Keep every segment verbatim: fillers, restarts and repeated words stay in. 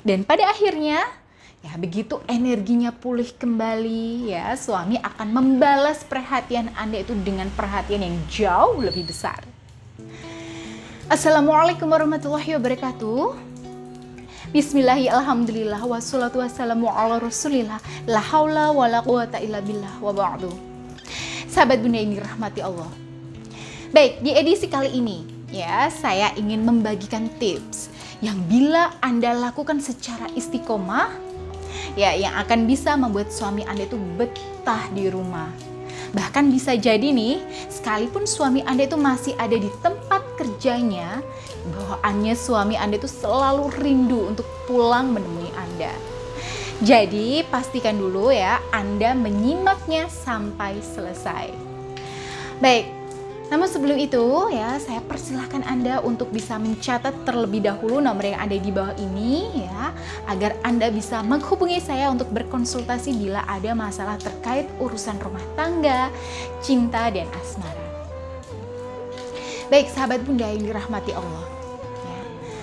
Dan pada akhirnya, ya begitu energinya pulih kembali, ya suami akan membalas perhatian Anda itu dengan perhatian yang jauh lebih besar. Assalamualaikum warahmatullahi wabarakatuh. Bismillahirrahmanirrahim. Wassalatu wassalamu ala rasulillah. La haula wa la quwata illa billah wa ba'du. Sahabat Bunda yang dirahmati Allah. Baik, di edisi kali ini ya saya ingin membagikan tips yang bila Anda lakukan secara istiqomah, ya yang akan bisa membuat suami Anda itu betah di rumah. Bahkan bisa jadi nih, sekalipun suami Anda itu masih ada di tempat kerjanya, bawaannya suami Anda itu selalu rindu untuk pulang menemui Anda. Jadi pastikan dulu ya Anda menyimaknya sampai selesai. Baik, namun sebelum itu ya saya persilahkan Anda untuk bisa mencatat terlebih dahulu nomor yang ada di bawah ini ya, agar Anda bisa menghubungi saya untuk berkonsultasi bila ada masalah terkait urusan rumah tangga, cinta dan asmara. Baik sahabat Bunda yang dirahmati Allah ya.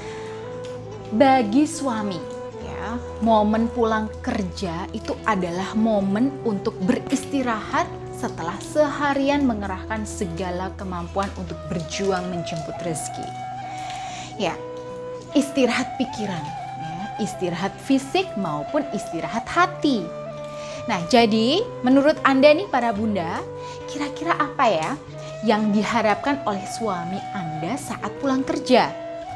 Bagi suami ya, momen pulang kerja itu adalah momen untuk beristirahat setelah seharian mengerahkan segala kemampuan untuk berjuang menjemput rezeki. Ya, istirahat pikiran, ya, istirahat fisik maupun istirahat hati. Nah, jadi menurut Anda nih para bunda, kira-kira apa ya yang diharapkan oleh suami Anda saat pulang kerja?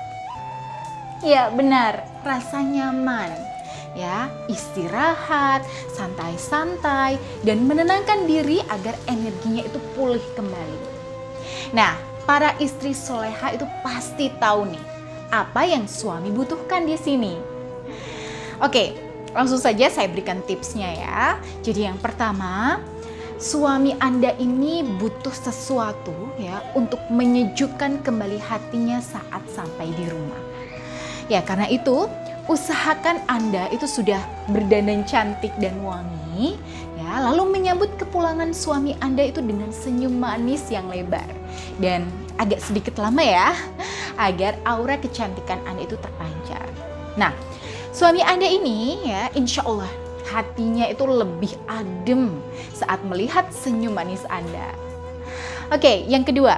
Ya, benar, rasa nyaman. Ya, istirahat, santai-santai, dan menenangkan diri agar energinya itu pulih kembali. Nah, para istri soleha itu pasti tahu nih, apa yang suami butuhkan di sini. Oke, langsung saja saya berikan tipsnya ya. Jadi yang pertama, suami Anda ini butuh sesuatu ya untuk menyejukkan kembali hatinya saat sampai di rumah. Ya, karena itu usahakan Anda itu sudah berdandan cantik dan wangi ya, lalu menyambut kepulangan suami Anda itu dengan senyum manis yang lebar dan agak sedikit lama ya, agar aura kecantikan Anda itu terpancar. Nah, suami Anda ini ya insya Allah hatinya itu lebih adem saat melihat senyum manis Anda. Oke, yang kedua,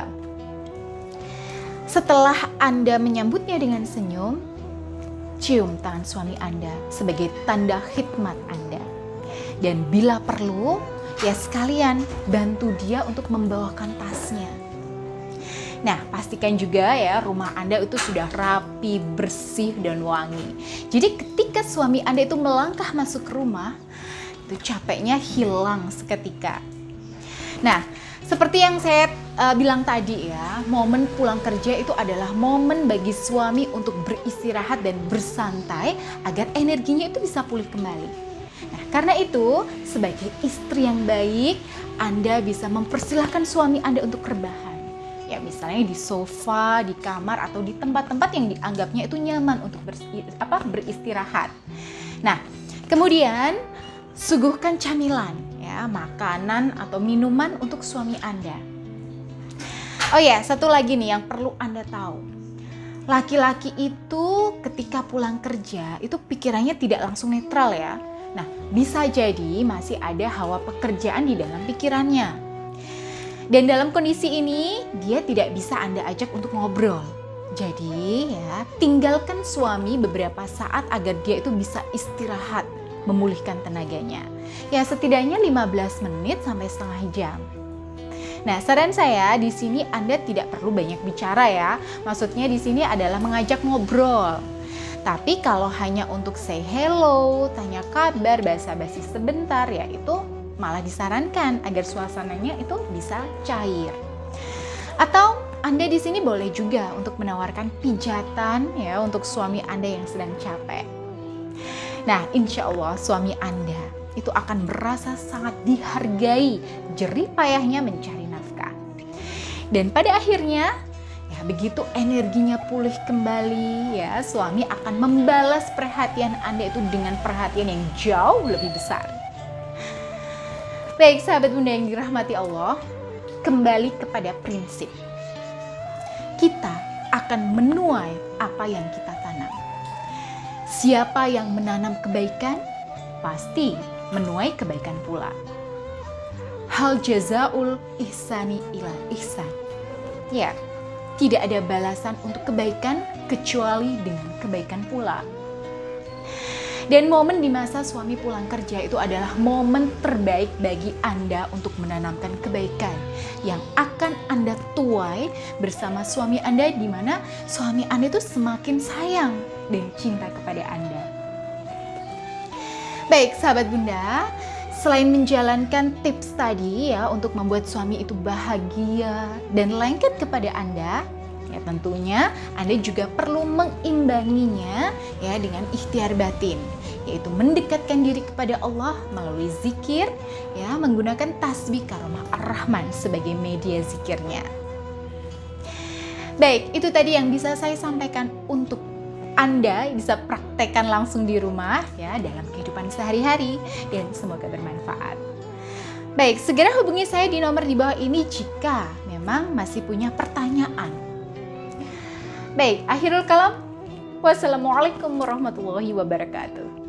setelah Anda menyambutnya dengan senyum, cium tangan suami Anda sebagai tanda khidmat Anda. Dan bila perlu, ya sekalian bantu dia untuk membawakan tasnya. Nah, pastikan juga ya rumah Anda itu sudah rapi, bersih, dan wangi. Jadi ketika suami Anda itu melangkah masuk ke rumah, itu capeknya hilang seketika. Nah, seperti yang saya uh, bilang tadi ya, momen pulang kerja itu adalah momen bagi suami untuk beristirahat dan bersantai agar energinya itu bisa pulih kembali. Nah, karena itu sebagai istri yang baik, Anda bisa mempersilahkan suami Anda untuk rebahan. Ya, misalnya di sofa, di kamar, atau di tempat-tempat yang dianggapnya itu nyaman untuk apa, beristirahat. Nah, kemudian suguhkan camilan. Ya, makanan atau minuman untuk suami Anda. Oh ya, satu lagi nih yang perlu Anda tahu. Laki-laki itu ketika pulang kerja itu pikirannya tidak langsung netral ya. Nah, bisa jadi masih ada hawa pekerjaan di dalam pikirannya. Dan dalam kondisi ini dia tidak bisa Anda ajak untuk ngobrol. Jadi ya, tinggalkan suami beberapa saat agar dia itu bisa istirahat, memulihkan tenaganya. Ya setidaknya lima belas menit sampai setengah jam. Nah, saran saya di sini Anda tidak perlu banyak bicara ya. Maksudnya di sini adalah mengajak ngobrol. Tapi kalau hanya untuk say hello, tanya kabar, basa-basi sebentar ya itu malah disarankan agar suasananya itu bisa cair. Atau Anda di sini boleh juga untuk menawarkan pijatan ya untuk suami Anda yang sedang capek. Nah, insya Allah suami Anda itu akan merasa sangat dihargai jerih payahnya mencari nafkah. Dan pada akhirnya, ya begitu energinya pulih kembali, ya suami akan membalas perhatian Anda itu dengan perhatian yang jauh lebih besar. Baik sahabat Bunda yang dirahmati Allah, kembali kepada prinsip. Kita akan menuai apa yang kita tanam. Siapa yang menanam kebaikan, pasti menuai kebaikan pula. Hal jazaul ihsani ila ihsan. Ya, tidak ada balasan untuk kebaikan kecuali dengan kebaikan pula. Dan momen di masa suami pulang kerja itu adalah momen terbaik bagi Anda untuk menanamkan kebaikan yang akan Anda tuai bersama suami Anda, di mana suami Anda itu semakin sayang dan cinta kepada Anda. Baik, sahabat Bunda, selain menjalankan tips tadi ya untuk membuat suami itu bahagia dan lengket kepada Anda, ya tentunya Anda juga perlu mengimbanginya ya dengan ikhtiar batin, yaitu mendekatkan diri kepada Allah melalui zikir, ya menggunakan tasbih Karomah Ar-Rahman sebagai media zikirnya. Baik, itu tadi yang bisa saya sampaikan untuk Anda bisa praktekkan langsung di rumah ya dalam kehidupan sehari-hari, dan semoga bermanfaat. Baik, segera hubungi saya di nomor di bawah ini jika memang masih punya pertanyaan. Baik, akhirul kalam. Wassalamualaikum warahmatullahi wabarakatuh.